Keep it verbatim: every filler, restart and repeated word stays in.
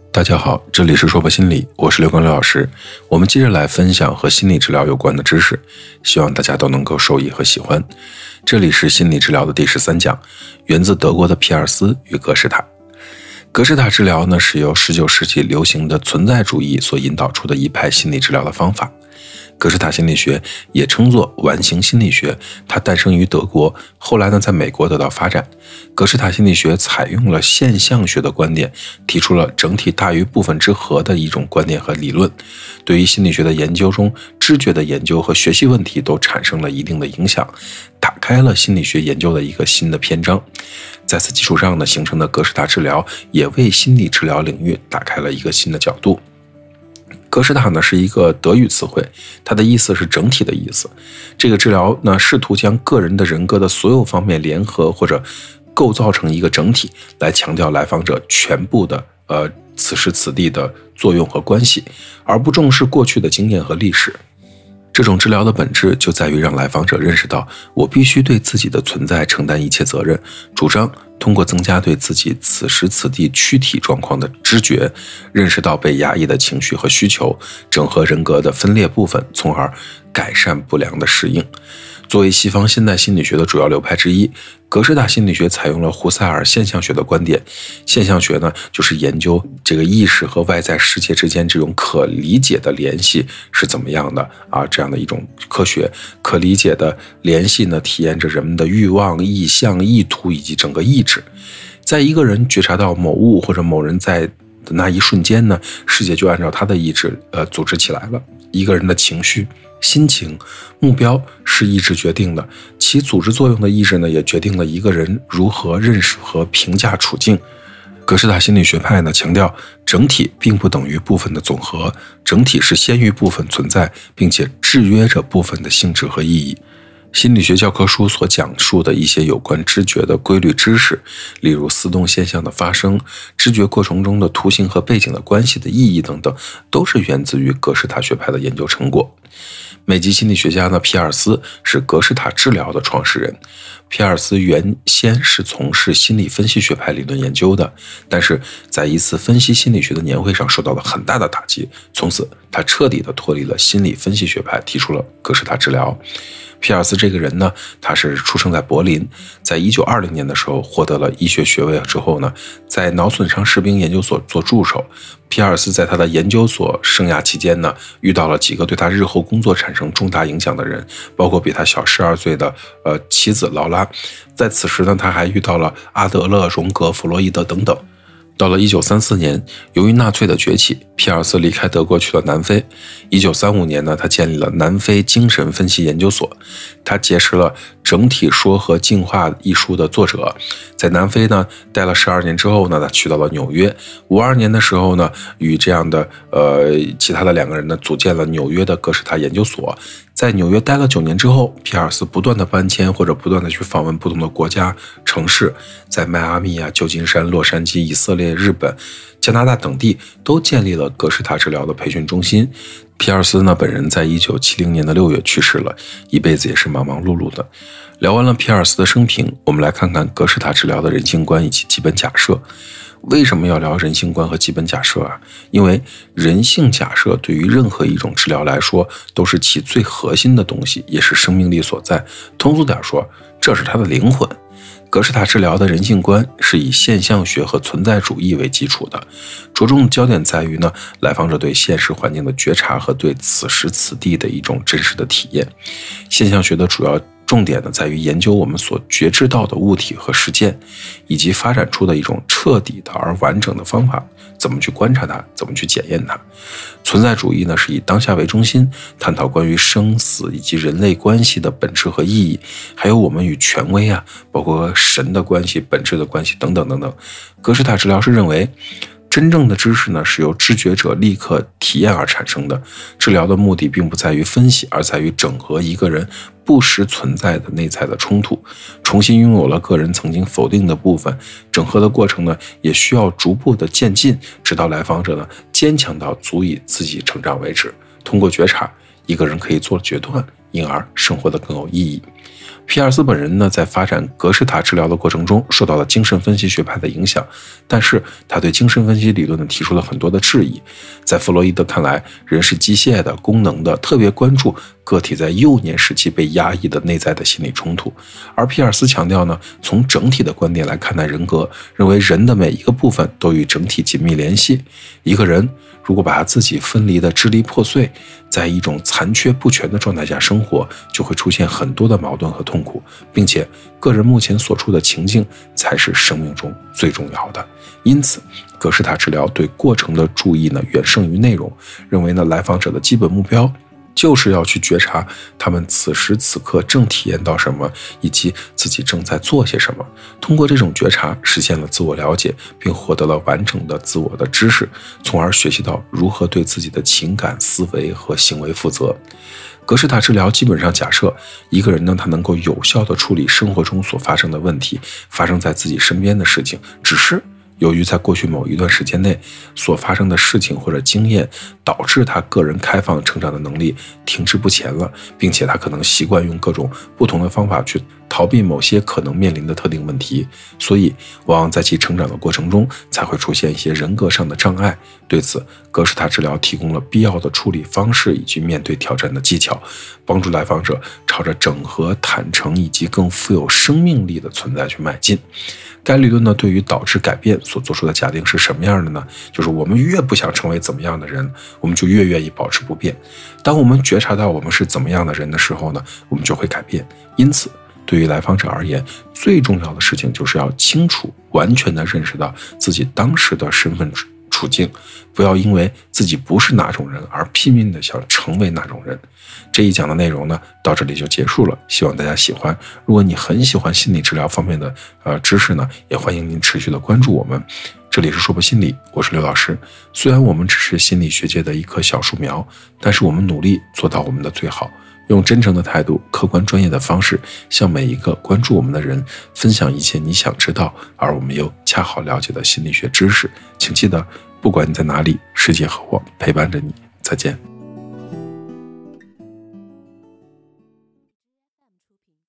大家好，这里是说博心理，我是刘光刘老师。我们接着来分享和心理治疗有关的知识，希望大家都能够受益和喜欢。这里是心理治疗的第十三讲，源自德国的皮尔斯与格式塔。格式塔治疗呢，是由十九世纪流行的存在主义所引导出的一派心理治疗的方法。格式塔心理学也称作完形心理学，它诞生于德国，后来呢在美国得到发展。格式塔心理学采用了现象学的观点，提出了整体大于部分之和的一种观点和理论，对于心理学的研究中知觉的研究和学习问题都产生了一定的影响，打开了心理学研究的一个新的篇章。在此基础上呢，形成的格式塔治疗也为心理治疗领域打开了一个新的角度。格式塔呢是一个德语词汇，它的意思是整体的意思。这个治疗呢试图将个人的人格的所有方面联合或者构造成一个整体，来强调来访者全部的呃此时此地的作用和关系，而不重视过去的经验和历史。这种治疗的本质就在于让来访者认识到，我必须对自己的存在承担一切责任，主张通过增加对自己此时此地躯体状况的知觉，认识到被压抑的情绪和需求，整合人格的分裂部分，从而改善不良的适应。作为西方现代心理学的主要流派之一，格式塔心理学采用了胡塞尔现象学的观点。现象学呢，就是研究这个意识和外在世界之间这种可理解的联系是怎么样的啊？这样的一种科学，可理解的联系呢，体验着人们的欲望、意向、意图以及整个意志。在一个人觉察到某物或者某人在的那一瞬间呢，世界就按照他的意志呃组织起来了。一个人的情绪、心情、目标是意志决定的，其组织作用的意志呢，也决定了一个人如何认识和评价处境。格式塔心理学派呢强调，整体并不等于部分的总和，整体是先于部分存在，并且制约着部分的性质和意义。心理学教科书所讲述的一些有关知觉的规律知识，例如思动现象的发生、知觉过程中的图形和背景的关系的意义等等，都是源自于格式塔学派的研究成果。美籍心理学家呢，皮尔斯是格式塔治疗的创始人。皮尔斯原先是从事心理分析学派理论研究的，但是在一次分析心理学的年会上受到了很大的打击，从此他彻底的脱离了心理分析学派，提出了格式塔治疗。皮尔斯这个人呢，他是出生在柏林，在一九二零年的时候获得了医学学位之后呢，在脑损伤士兵研究所做助手。皮尔斯在他的研究所生涯期间呢，遇到了几个对他日后工作产生重大影响的人，包括比他小十二岁的呃妻子劳拉。在此时呢，他还遇到了阿德勒、荣格、弗洛伊德等等。到了一九三四年，由于纳粹的崛起，皮尔斯离开德国去了南非。一九三五年呢，他建立了南非精神分析研究所。他结识了《整体说和进化》一书的作者。在南非呢待了十二年之后呢，他去到了纽约。五二年的时候呢，与这样的呃其他的两个人呢，组建了纽约的格式塔研究所。在纽约待了九年之后，皮尔斯不断的搬迁或者不断的去访问不同的国家城市，在迈阿密啊、旧金山、洛杉矶、以色列、日本、加拿大等地都建立了格式塔治疗的培训中心。皮尔斯呢本人在一九七零年的六月去世了，一辈子也是忙忙碌碌的。聊完了皮尔斯的生平，我们来看看格式塔治疗的人性观以及基本假设。为什么要聊人性观和基本假设啊？因为人性假设对于任何一种治疗来说都是其最核心的东西，也是生命力所在。通俗点说，这是它的灵魂。格式塔治疗的人性观是以现象学和存在主义为基础的，着重焦点在于呢，来访者对现实环境的觉察和对此时此地的一种真实的体验。现象学的主要重点呢，在于研究我们所觉知到的物体和事件，以及发展出的一种彻底的而完整的方法，怎么去观察它，怎么去检验它。存在主义呢，是以当下为中心，探讨关于生死以及人类关系的本质和意义，还有我们与权威啊，包括神的关系、本质的关系等等等等。格式塔治疗师认为，真正的知识呢，是由知觉者立刻体验而产生的。治疗的目的并不在于分析，而在于整合一个人不时存在的内在的冲突，重新拥有了个人曾经否定的部分。整合的过程呢，也需要逐步的渐进，直到来访者呢坚强到足以自己成长为止。通过觉察，一个人可以做决断， 因而生活得更有意义。皮尔斯本人呢，在发展格式塔治疗的过程中受到了精神分析学派的影响，但是他对精神分析理论呢提出了很多的质疑。在弗洛伊德看来，人是机械的、功能的，特别关注个体在幼年时期被压抑的内在的心理冲突。而皮尔斯强调呢，从整体的观点来看待人格，认为人的每一个部分都与整体紧密联系。一个人如果把他自己分离的支离破碎，在一种残缺不全的状态下生活，就会出现很多的矛盾和痛苦，并且个人目前所处的情境才是生命中最重要的。因此格式塔治疗对过程的注意呢远胜于内容，认为呢来访者的基本目标就是要去觉察他们此时此刻正体验到什么，以及自己正在做些什么。通过这种觉察，实现了自我了解，并获得了完整的自我的知识，从而学习到如何对自己的情感、思维和行为负责。格式塔治疗基本上假设一个人呢，他能够有效地处理生活中所发生的问题，发生在自己身边的事情，只是由于在过去某一段时间内所发生的事情或者经验，导致他个人开放成长的能力停滞不前了，并且他可能习惯用各种不同的方法去逃避某些可能面临的特定问题，所以往往在其成长的过程中才会出现一些人格上的障碍。对此，格式塔治疗提供了必要的处理方式以及面对挑战的技巧，帮助来访者朝着整合、坦诚以及更富有生命力的存在去迈进。该理论呢，对于导致改变所做出的假定是什么样的呢？就是我们越不想成为怎么样的人，我们就越愿意保持不变。当我们觉察到我们是怎么样的人的时候呢，我们就会改变。因此对于来访者而言，最重要的事情就是要清楚、完全地认识到自己当时的身份处境，不要因为自己不是哪种人而拼命地想成为那种人。这一讲的内容呢，到这里就结束了，希望大家喜欢。如果你很喜欢心理治疗方面的呃知识呢，也欢迎您持续的关注我们。这里是说博心理，我是刘老师。虽然我们只是心理学界的一棵小树苗，但是我们努力做到我们的最好，用真诚的态度、客观专业的方式，向每一个关注我们的人分享一切你想知道而我们又恰好了解的心理学知识。请记得，不管你在哪里，世界和我陪伴着你。再见。